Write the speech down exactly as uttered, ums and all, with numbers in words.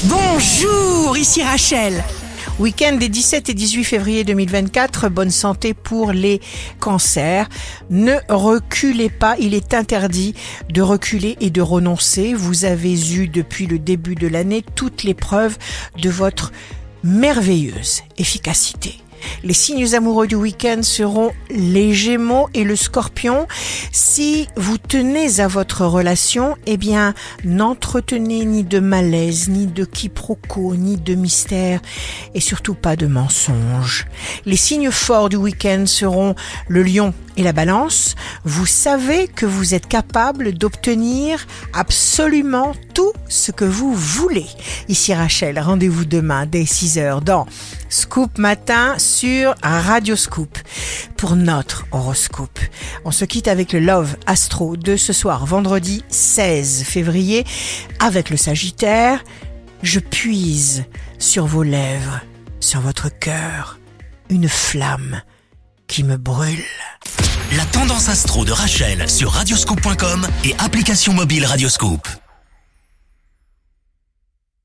Bonjour, ici Rachel. Week-end des dix-sept et dix-huit février deux mille vingt-quatre, bonne santé pour les cancers. Ne reculez pas, il est interdit de reculer et de renoncer. Vous avez eu depuis le début de l'année toutes les preuves de votre merveilleuse efficacité. Les signes amoureux du week-end seront les Gémeaux et le Scorpion. Si vous tenez à votre relation, eh bien, n'entretenez ni de malaise, ni de quiproquo, ni de mystère, et surtout pas de mensonges. Les signes forts du week-end seront le Lion et la Balance. Vous savez que vous êtes capable d'obtenir absolument tout ce que vous voulez. Ici Rachel, rendez-vous demain dès six heures dans Scoop Matin sur Radio Scoop pour notre horoscope. On se quitte avec le Love Astro de ce soir, vendredi seize février, avec le Sagittaire. Je puise sur vos lèvres, sur votre cœur, une flamme qui me brûle. La tendance astro de Rachel sur radioscoop point com et application mobile Radioscoop.